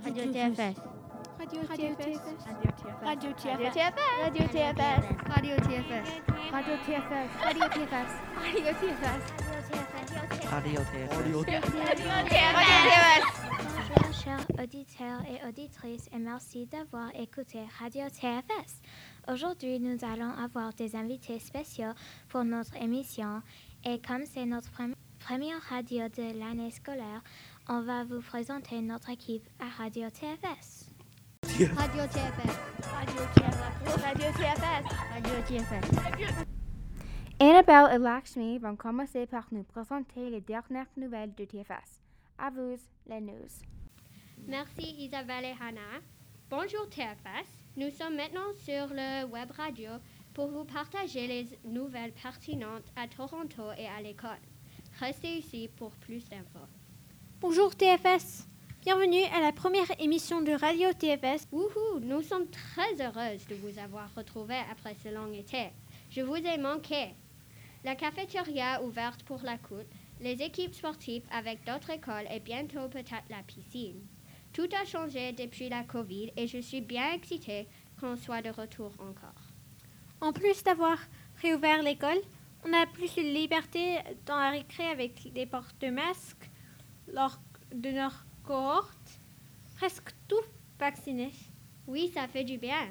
Radio TFS. Radio TFS. Radio TFS. Radio TFS. Radio TFS. Radio TFS. Radio TFS. Radio TFS. Radio TFS. Radio Bonjour chers auditeurs et auditrices et merci d'avoir écouté Radio TFS. Aujourd'hui, nous allons avoir des invités spéciaux pour notre émission et comme c'est notre première radio de l'année scolaire, on va vous présenter notre équipe à Radio TFS. Radio TFS. Radio TFS. Radio TFS. Radio TFS. Annabelle et Lakshmi vont commencer par nous présenter les dernières nouvelles de TFS. À vous, les news. Merci Isabelle et Hannah. Bonjour TFS. Nous sommes maintenant sur le web radio pour vous partager les nouvelles pertinentes à Toronto et à l'école. Restez ici pour plus d'infos. Bonjour TFS. Bienvenue à la première émission de Radio TFS. Wouhou, nous sommes très heureuses de vous avoir retrouvés après ce long été. Je vous ai manqué. La cafétéria ouverte pour la courte, les équipes sportives avec d'autres écoles et bientôt peut-être la piscine. Tout a changé depuis la COVID et je suis bien excitée qu'on soit de retour encore. En plus d'avoir réouvert l'école, on a plus de liberté dans la récré avec des portes de masques lors de notre cohorte, presque tous vaccinés. Oui, ça fait du bien.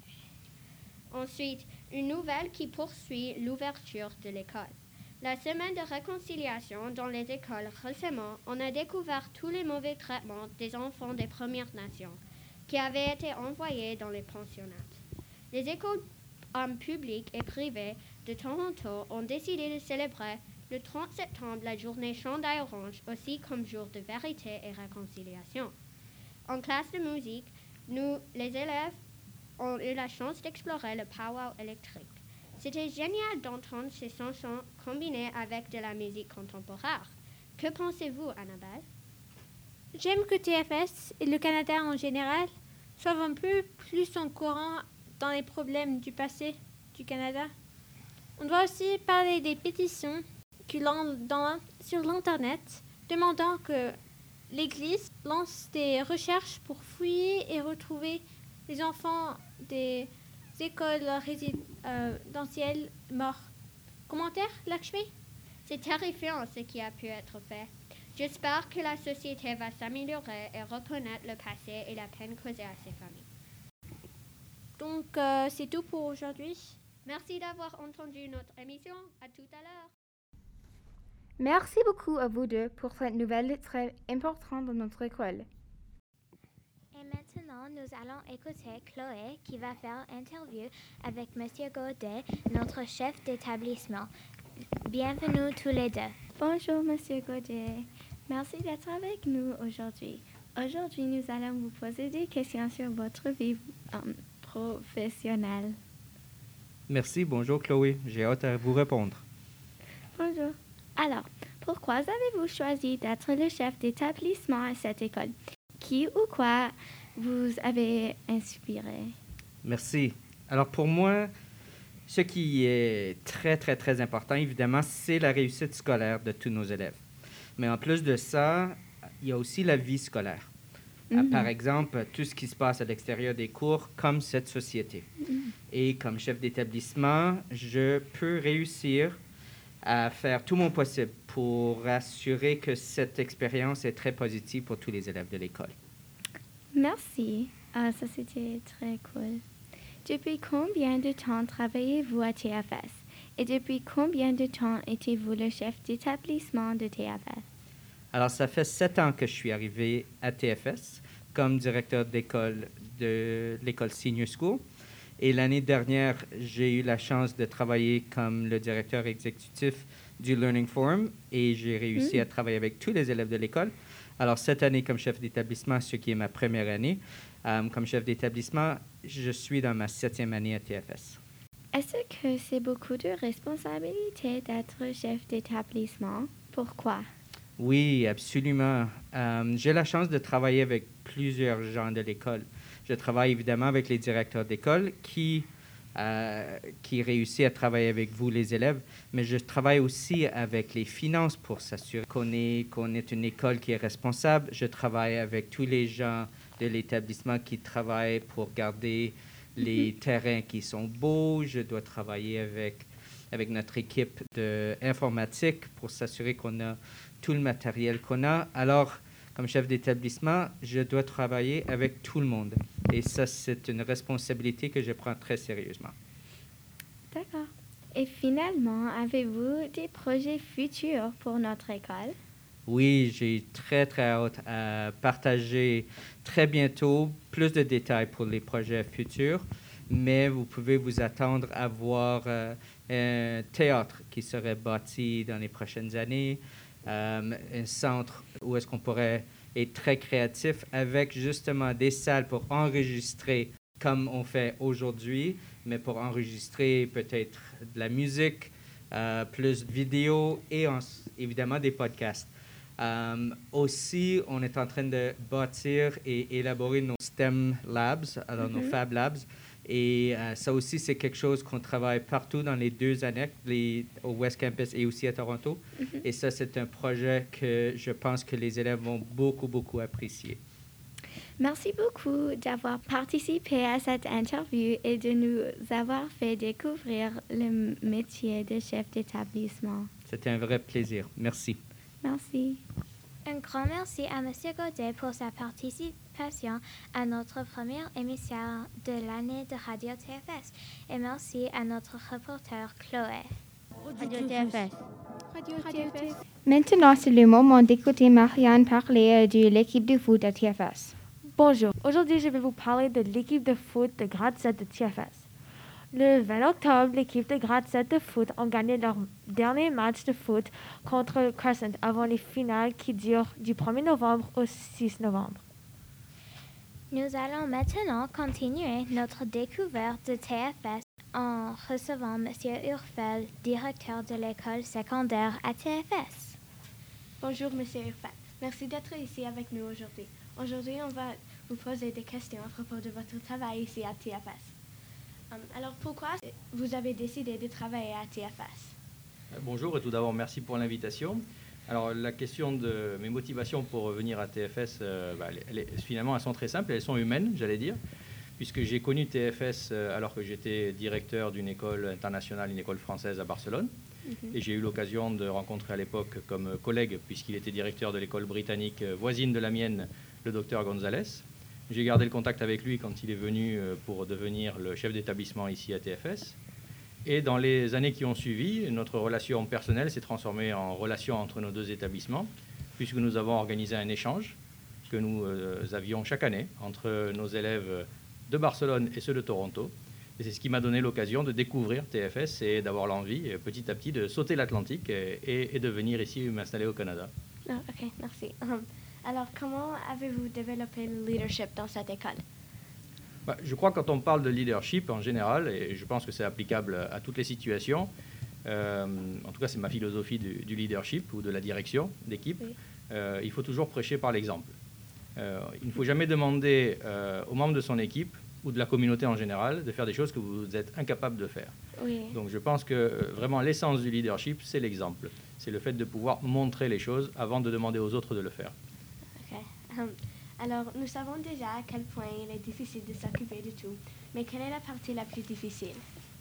Ensuite, une nouvelle qui poursuit l'ouverture de l'école. La semaine de réconciliation dans les écoles récemment, on a découvert tous les mauvais traitements des enfants des Premières Nations qui avaient été envoyés dans les pensionnats. Les écoles publiques et privées de Toronto ont décidé de célébrer le 30 septembre la journée Chandail Orange aussi comme jour de vérité et réconciliation. En classe de musique, nous, les élèves, ont eu la chance d'explorer le powwow électrique. C'était génial d'entendre ces chansons combinées avec de la musique contemporaine. Que pensez-vous, Annabelle? J'aime que TFS et le Canada en général soient un peu plus au courant dans les problèmes du passé du Canada. On doit aussi parler des pétitions qui lancent sur l'Internet demandant que l'Église lance des recherches pour fouiller et retrouver les enfants des écoles résidentielles morts. Commentaire, Lakshmi? C'est terrifiant ce qui a pu être fait. J'espère que la société va s'améliorer et reconnaître le passé et la peine causée à ces familles. Donc, c'est tout pour aujourd'hui. Merci d'avoir entendu notre émission. À tout à l'heure. Merci beaucoup à vous deux pour cette nouvelle très importante dans notre école. Et maintenant, nous allons écouter Chloé qui va faire interview avec Monsieur Godet, notre chef d'établissement. Bienvenue tous les deux. Bonjour Monsieur Godet. Merci d'être avec nous aujourd'hui. Aujourd'hui, nous allons vous poser des questions sur votre vie professionnelle. Merci, bonjour Chloé. J'ai hâte à vous répondre. Bonjour. Alors, pourquoi avez-vous choisi d'être le chef d'établissement à cette école? Qui ou quoi vous avez inspiré? Merci. Alors pour moi, ce qui est très, très, très important, évidemment, c'est la réussite scolaire de tous nos élèves. Mais en plus de ça, il y a aussi la vie scolaire. Par exemple, tout ce qui se passe à l'extérieur des cours, comme cette société. Et comme chef d'établissement, je peux réussir à faire tout mon possible pour assurer que cette expérience est très positive pour tous les élèves de l'école. Merci. Ça, c'était très cool. Depuis combien de temps travaillez-vous à TFS? Et depuis combien de temps étiez-vous le chef d'établissement de TFS? Alors, ça fait 7 ans que je suis arrivé à TFS comme directeur d'école de l'école Senior School. Et l'année dernière, j'ai eu la chance de travailler comme le directeur exécutif du Learning Forum et j'ai réussi à travailler avec tous les élèves de l'école. Alors, cette année, comme chef d'établissement, ce qui est ma première année, comme chef d'établissement, je suis dans ma 7e année à TFS. Est-ce que c'est beaucoup de responsabilité d'être chef d'établissement? Pourquoi? Oui, absolument. J'ai la chance de travailler avec plusieurs gens de l'école. Je travaille évidemment avec les directeurs d'école qui qui réussit à travailler avec vous, les élèves, mais je travaille aussi avec les finances pour s'assurer qu'on est une école qui est responsable. Je travaille avec tous les gens de l'établissement qui travaillent pour garder les terrains qui sont beaux. Je dois travailler avec notre équipe d'informatique pour s'assurer qu'on a tout le matériel qu'on a. Alors, comme chef d'établissement, je dois travailler avec tout le monde. Et ça, c'est une responsabilité que je prends très sérieusement. D'accord. Et finalement, avez-vous des projets futurs pour notre école? Oui, j'ai très, très hâte à partager très bientôt plus de détails pour les projets futurs, mais vous pouvez vous attendre à voir un théâtre qui serait bâti dans les prochaines années, un centre où est-ce qu'on pourrait être très créatif avec justement des salles pour enregistrer comme on fait aujourd'hui, mais pour enregistrer peut-être de la musique, plus de vidéos et évidemment des podcasts. Aussi, on est en train de bâtir et élaborer nos STEM Labs, alors nos Fab Labs. Et ça aussi, c'est quelque chose qu'on travaille partout dans les 2 annexes, au West Campus et aussi à Toronto. Et ça, c'est un projet que je pense que les élèves vont beaucoup, beaucoup apprécier. Merci beaucoup d'avoir participé à cette interview et de nous avoir fait découvrir le métier de chef d'établissement. C'était un vrai plaisir. Merci. Merci. Un grand merci à M. Godet pour sa participation à notre première émission de l'année de Radio TFS. Et merci à notre reporter Chloé. Radio TFS. Maintenant, c'est le moment d'écouter Marianne parler de l'équipe de foot à TFS. Bonjour, aujourd'hui je vais vous parler de l'équipe de foot de grade 7 de TFS. Le 20 octobre, l'équipe de grade 7 de foot a gagné leur dernier match de foot contre Crescent avant les finales qui durent du 1er novembre au 6 novembre. Nous allons maintenant continuer notre découverte de TFS en recevant M. Urfel, directeur de l'école secondaire à TFS. Bonjour, M. Urfel. Merci d'être ici avec nous aujourd'hui. Aujourd'hui, on va vous poser des questions à propos de votre travail ici à TFS. Alors, pourquoi vous avez décidé de travailler à TFS? Bonjour et tout d'abord, merci pour l'invitation. Alors, la question de mes motivations pour venir à TFS, finalement, elles sont très simples, elles sont humaines, j'allais dire, puisque j'ai connu TFS alors que j'étais directeur d'une école internationale, une école française à Barcelone. Et j'ai eu l'occasion de rencontrer à l'époque comme collègue, puisqu'il était directeur de l'école britannique voisine de la mienne, le docteur Gonzalez. J'ai gardé le contact avec lui quand il est venu pour devenir le chef d'établissement ici à TFS. Et dans les années qui ont suivi, notre relation personnelle s'est transformée en relation entre nos 2 établissements, puisque nous avons organisé un échange que nous avions chaque année entre nos élèves de Barcelone et ceux de Toronto. Et c'est ce qui m'a donné l'occasion de découvrir TFS et d'avoir l'envie, petit à petit, de sauter l'Atlantique et de venir ici m'installer au Canada. Ok, merci. Alors, comment avez-vous développé le leadership dans cette école? Je crois que quand on parle de leadership en général, et je pense que c'est applicable à toutes les situations, en tout cas c'est ma philosophie du leadership ou de la direction d'équipe, il faut toujours prêcher par l'exemple. Il ne faut jamais demander aux membres de son équipe ou de la communauté en général de faire des choses que vous êtes incapable de faire. Oui. Donc je pense que vraiment l'essence du leadership, c'est l'exemple. C'est le fait de pouvoir montrer les choses avant de demander aux autres de le faire. Ok. Alors, nous savons déjà à quel point il est difficile de s'occuper de tout. Mais quelle est la partie la plus difficile?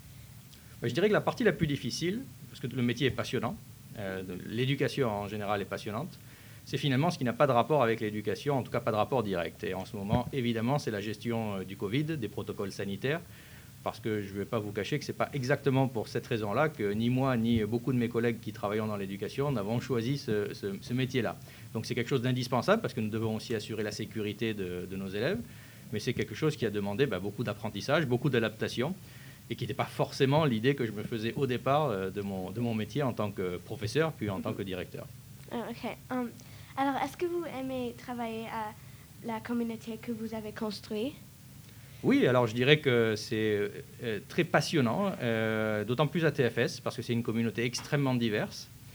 Je dirais que la partie la plus difficile, parce que le métier est passionnant, l'éducation en général est passionnante, c'est finalement ce qui n'a pas de rapport avec l'éducation, en tout cas pas de rapport direct. Et en ce moment, évidemment, c'est la gestion du Covid, des protocoles sanitaires, parce que je ne vais pas vous cacher que ce n'est pas exactement pour cette raison-là que ni moi, ni beaucoup de mes collègues qui travaillent dans l'éducation n'avons choisi ce métier-là. Donc c'est quelque chose d'indispensable, parce que nous devons aussi assurer la sécurité de nos élèves, mais c'est quelque chose qui a demandé beaucoup d'apprentissage, beaucoup d'adaptation, et qui n'était pas forcément l'idée que je me faisais au départ de mon métier en tant que professeur, puis en tant que directeur. Ok. Alors, est-ce que vous aimez travailler à la communauté que vous avez construite? Oui, alors je dirais que c'est très passionnant, d'autant plus à TFS, parce que c'est une communauté extrêmement diverse.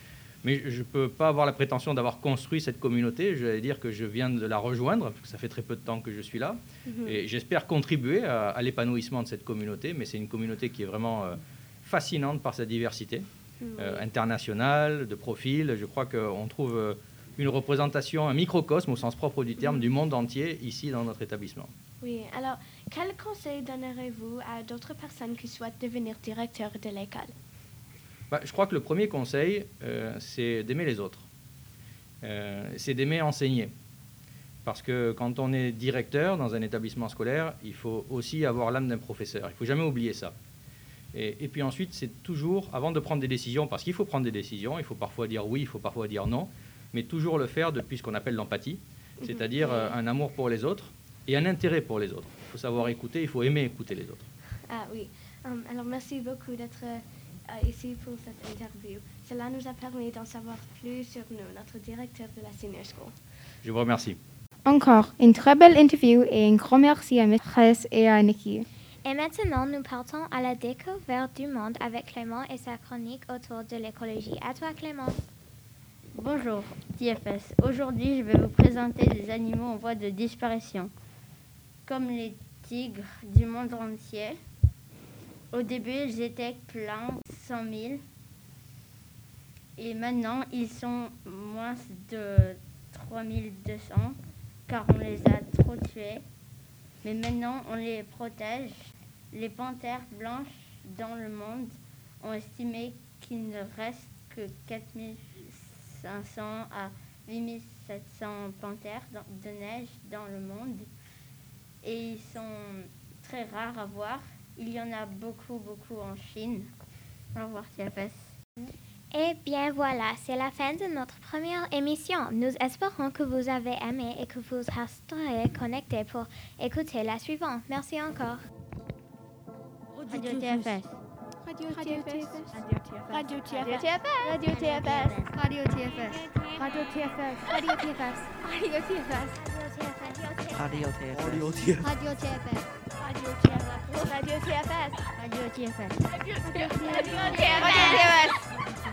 Mais je ne peux pas avoir la prétention d'avoir construit cette communauté. Je vais dire que je viens de la rejoindre, parce que ça fait très peu de temps que je suis là. Et j'espère contribuer à l'épanouissement de cette communauté. Mais c'est une communauté qui est vraiment fascinante par sa diversité internationale, de profil. Je crois qu'on trouve une représentation, un microcosme au sens propre du terme, du monde entier ici dans notre établissement. Oui, alors quel conseil donnerez-vous à d'autres personnes qui souhaitent devenir directeur de l'école? Je crois que le premier conseil, c'est d'aimer les autres. C'est d'aimer enseigner. Parce que quand on est directeur dans un établissement scolaire, il faut aussi avoir l'âme d'un professeur. Il ne faut jamais oublier ça. Et puis ensuite, c'est toujours, avant de prendre des décisions, parce qu'il faut prendre des décisions, il faut parfois dire oui, il faut parfois dire non, mais toujours le faire depuis ce qu'on appelle l'empathie, c'est-à-dire un amour pour les autres et un intérêt pour les autres. Il faut savoir écouter, il faut aimer écouter les autres. Ah oui. Alors merci beaucoup d'être ici pour cette interview. Cela nous a permis d'en savoir plus sur nous, notre directeur de la Senior School. Je vous remercie. Encore une très belle interview et un grand merci à maîtresse et à Nikki. Et maintenant, nous partons à la découverte du monde avec Clément et sa chronique autour de l'écologie. À toi, Clément. Bonjour, TFS. Aujourd'hui, je vais vous présenter des animaux en voie de disparition, comme les tigres du monde entier. Au début, ils étaient plein, 100 000. Et maintenant, ils sont moins de 3200, car on les a trop tués. Mais maintenant, on les protège. Les panthères blanches dans le monde ont estimé qu'il ne reste que 4500 à 8700 panthères de neige dans le monde. Et ils sont très rares à voir. Il y en a beaucoup en Chine. Au revoir, TFS. Eh bien voilà, c'est la fin de notre première émission. Nous espérons que vous avez aimé et que vous resterez connectés pour écouter la suivante. Merci encore. Radio TFS. Radio TFS. Radio TFS. Radio TFS. Radio TFS. Radio TFS. Radio TFS. Radio TFS. Radio TFS. Radio TFS. Radio TFS. Radio TFS. Radio TFS. Radio TFS.